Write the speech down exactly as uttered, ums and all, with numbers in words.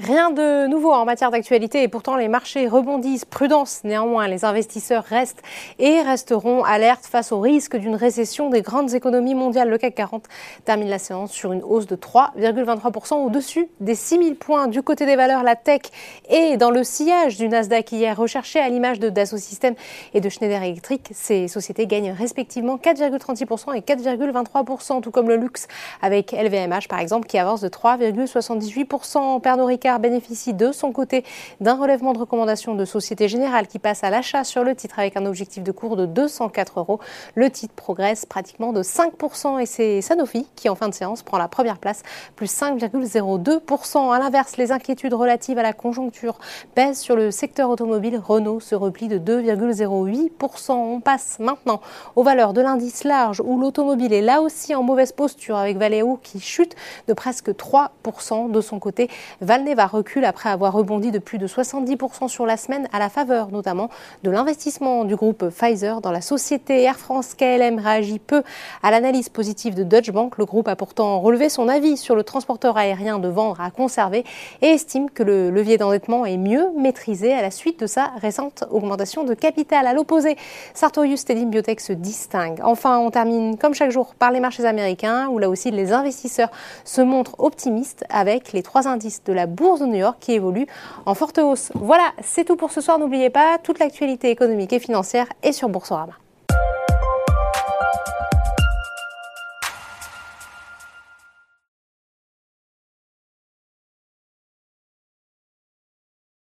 Rien de nouveau en matière d'actualité et pourtant les marchés rebondissent. Prudence néanmoins, les investisseurs restent et resteront alertes face au risque d'une récession des grandes économies mondiales. Le C A C quarante termine la séance sur une hausse de trois virgule vingt-trois pour cent au-dessus des six mille points. Du côté des valeurs, la tech est dans le sillage du Nasdaq hier, recherché à l'image de Dassault Systèmes et de Schneider Electric. Ces sociétés gagnent respectivement quatre virgule trente-six pour cent et quatre virgule vingt-trois pour cent, tout comme le luxe avec L V M H par exemple qui avance de trois virgule soixante-dix-huit pour cent. Pernod Ricard bénéficie de son côté d'un relèvement de recommandation de Société Générale qui passe à l'achat sur le titre avec un objectif de cours de deux cent quatre euros. Le titre progresse pratiquement de cinq pour cent et c'est Sanofi qui en fin de séance prend la première place, plus cinq virgule zéro deux pour cent. À l'inverse, les inquiétudes relatives à la conjoncture pèsent sur le secteur automobile. Renault se replie de deux virgule zéro huit pour cent. On passe maintenant aux valeurs de l'indice large où l'automobile est là aussi en mauvaise posture avec Valeo qui chute de presque trois pour cent. De son côté, Valneva recule après avoir rebondi de plus de soixante-dix pour cent sur la semaine à la faveur notamment de l'investissement du groupe Pfizer dans la société. Air France K L M réagit peu à l'analyse positive de Deutsche Bank. Le groupe a pourtant relevé son avis sur le transporteur aérien de vendre à conserver et estime que le levier d'endettement est mieux maîtrisé à la suite de sa récente augmentation de capital. À l'opposé, Sartorius Teddy Biotech se distingue. Enfin, on termine comme chaque jour par les marchés américains où là aussi les investisseurs se montrent optimistes avec les trois indices de la bourse de New York qui évolue en forte hausse. Voilà, c'est tout pour ce soir. N'oubliez pas, toute l'actualité économique et financière est sur Boursorama.